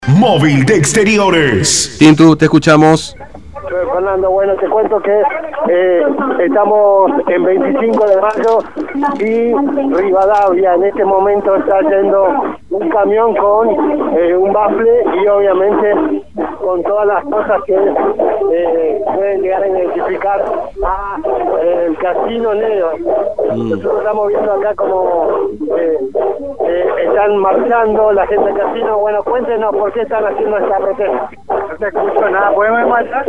Móvil de Exteriores. Tintu, te escuchamos. Fernando, bueno, te cuento que estamos en 25 de mayo y Rivadavia en este momento está yendo un camión con un bafle y obviamente con todas las cosas que pueden llegar a identificar a el Casino Neo. Nosotros estamos viendo acá como están marchando la gente del casino. Bueno, cuéntenos por qué están haciendo esta protesta. No te escucho nada, ¿podemos marchar?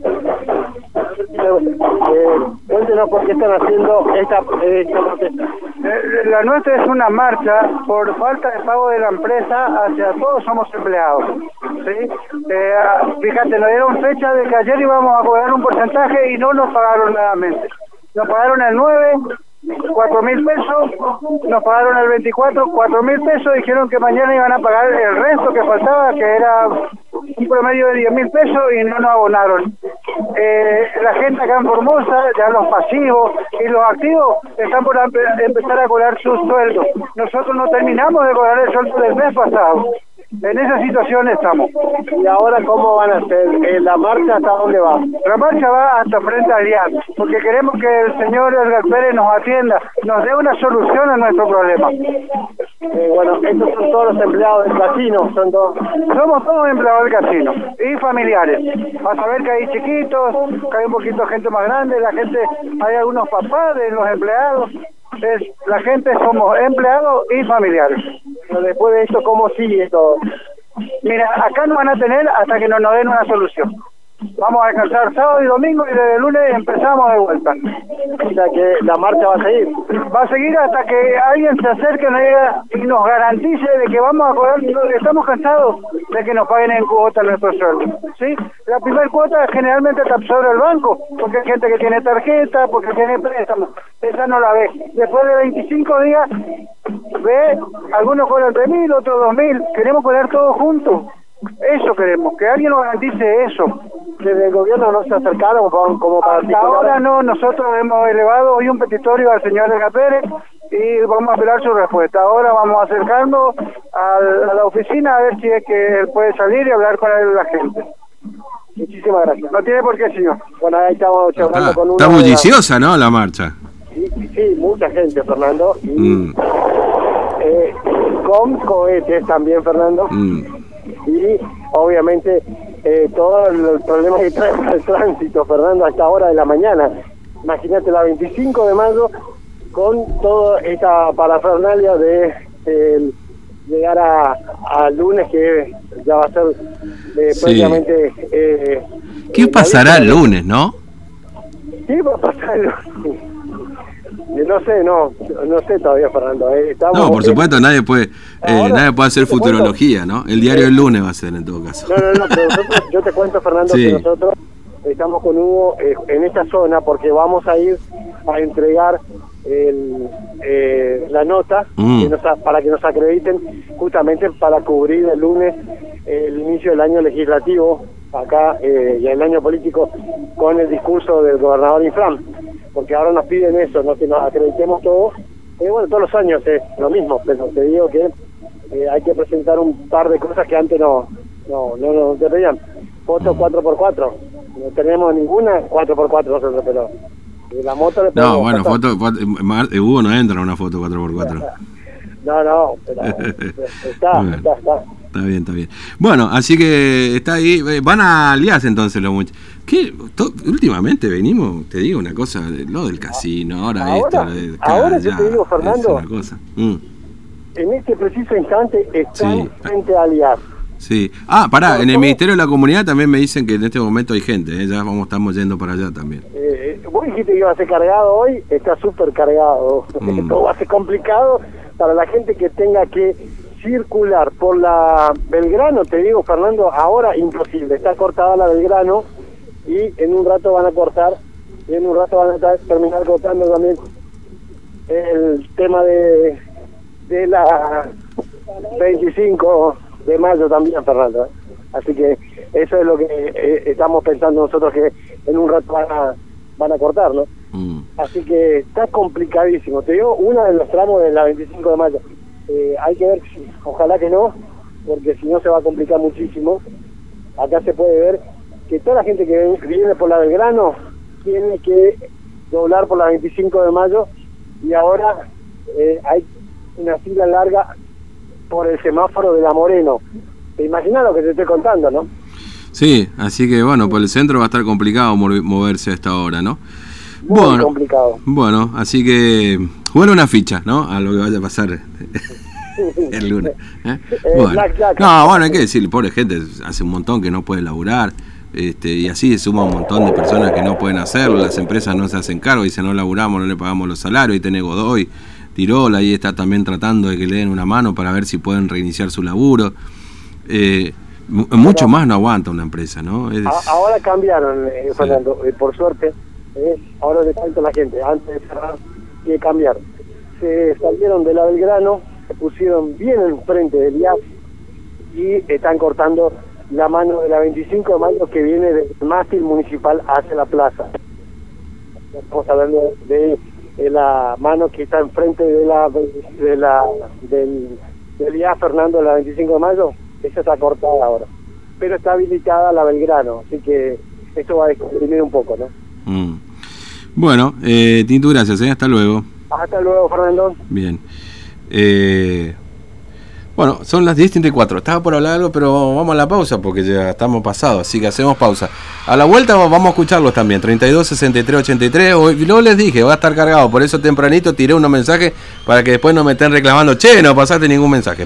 Cuéntenos por qué están haciendo esta protesta. La nuestra es una marcha por falta de pago de la empresa hacia todos somos empleados, ¿sí? Fíjate, nos dieron fecha de que ayer íbamos a cobrar un porcentaje y no nos pagaron nuevamente. Nos pagaron el 9, 4.000 pesos, nos pagaron el 24, 4.000 pesos, dijeron que mañana iban a pagar el resto que faltaba, que era un promedio de 10.000 pesos y no nos abonaron. La gente acá en Formosa, ya los pasivos y los activos están por empezar a cobrar sus sueldos. Nosotros no terminamos de cobrar el sueldo del mes pasado. En esa situación estamos. ¿Y ahora cómo van a hacer? ¿La marcha hasta dónde va? La marcha va hasta frente al IAT, porque queremos que el señor Edgar Pérez nos atienda, nos dé una solución a nuestro problema. Bueno, estos son todos los empleados del casino, Somos todos empleados del casino y familiares. Vas a ver que hay chiquitos, que hay un poquito de gente más grande, hay algunos papás de los empleados. La gente somos empleados y familiares. Pero después de esto, ¿cómo sigue todo? Mira, acá nos van a tener hasta que nos den una solución. Vamos a descansar sábado y domingo y desde el lunes empezamos de vuelta. O sea que la marcha va a seguir. Va a seguir hasta que alguien se acerque y nos garantice de que vamos a cobrar. Estamos cansados de que nos paguen en cuota nuestro sueldo, ¿sí? La primera cuota generalmente te absorbe el banco, porque hay gente que tiene tarjeta, porque tiene préstamo. Esa no la ve. Después de 25 días, ve, algunos cobran 3.000, otros 2.000. Queremos cobrar todos juntos. Eso queremos, que alguien nos garantice eso. Desde el gobierno no se acercaron como para... Hasta ahora no, nosotros hemos elevado hoy un petitorio al señor Edgar Pérez y vamos a esperar su respuesta. Ahora vamos a acercarnos a la oficina a ver si es que él puede salir y hablar con la gente. Muchísimas gracias. No tiene por qué, señor. Bueno, ahí estamos charlando con una... Está bulliciosa, ¿no?, la marcha. Sí, mucha gente, Fernando. Y, con cohetes también, Fernando. Y obviamente todo el problema que trae para el tránsito, Fernando, a esta hora de la mañana. Imagínate la 25 de mayo con toda esta parafernalia de llegar a lunes, que ya va a ser prácticamente... ¿Qué pasará el lunes, no? ¿Qué va a pasar el lunes? No sé todavía, Fernando. No, por supuesto, nadie puede hacer futurología, ¿no? El diario del lunes va a ser, en todo caso. No, pero yo te cuento, Fernando, que nosotros estamos con Hugo en esta zona porque vamos a ir a entregar la nota para que nos acrediten, justamente para cubrir el lunes el inicio del año legislativo acá y el año político con el discurso del gobernador Infram, porque ahora nos piden eso, ¿no? Que nos acreditemos todos. Bueno, todos los años es lo mismo, pero te digo que hay que presentar un par de cosas que antes no te pedían. Foto 4x4, no tenemos ninguna 4x4 nosotros, pero la moto le no, bueno, Hugo no entra en una foto 4x4. No, pero está. Está bien. Bueno, así que está ahí. Van a aliarse entonces los muchachos. Últimamente venimos, te digo una cosa, lo del casino, ahora yo te digo, Fernando, es una cosa. En este preciso instante están frente a aliar. Sí. Pará, en el Ministerio de la Comunidad también me dicen que en este momento hay gente, ya estamos yendo para allá también. Vos dijiste que iba a ser cargado hoy, está súper cargado. Todo va a ser complicado para la gente que tenga que circular por la Belgrano, te digo, Fernando, ahora imposible, está cortada la Belgrano y en un rato van a cortar, y en un rato van a terminar cortando también el tema de la 25 de mayo también, Fernando. Así que eso es lo que estamos pensando nosotros, que en un rato van a cortar, ¿no? Así que está complicadísimo. Te digo, uno de los tramos de la 25 de mayo. Hay que ver, ojalá que no, porque si no se va a complicar muchísimo. Acá se puede ver que toda la gente que viene por la Belgrano tiene que doblar por la 25 de mayo y ahora hay una fila larga por el semáforo de la Moreno. ¿Te imaginas lo que te estoy contando, no? Sí, así que bueno, por el centro va a estar complicado moverse a esta hora, ¿no? Muy complicado. Bueno, así que jugar una ficha, ¿no? A lo que vaya a pasar el lunes. Bueno. No, bueno, hay que decir, pobre gente, hace un montón que no puede laburar, y así se suma un montón de personas que no pueden hacerlo, las empresas no se hacen cargo, dicen no laburamos, no le pagamos los salarios, y tenés Godoy, Tirol, ahí está también tratando de que le den una mano para ver si pueden reiniciar su laburo. Mucho más no aguanta una empresa, ¿no? Ahora cambiaron, Fernando, por suerte, ahora le cuento a la gente, antes de cerrar, que cambiaron. Se salieron de la Belgrano, se pusieron bien enfrente del IAF y están cortando la mano de la 25 de mayo que viene del mástil municipal hacia la plaza. Estamos hablando de la mano que está enfrente del IAF, Fernando, de la 25 de mayo. Esa está cortada ahora, pero está habilitada la Belgrano, así que esto va a descomprimir un poco, ¿no? Bueno, Tintu, gracias, hasta luego. Hasta luego, Fernando. Bien. Bueno, son las 10:34. Estaba por hablar algo, pero vamos a la pausa porque ya estamos pasados, así que hacemos pausa. A la vuelta vamos a escucharlos también, 32 63 83. Hoy, luego les dije, va a estar cargado, por eso tempranito tiré unos mensajes para que después no me estén reclamando, che, no pasaste ningún mensaje.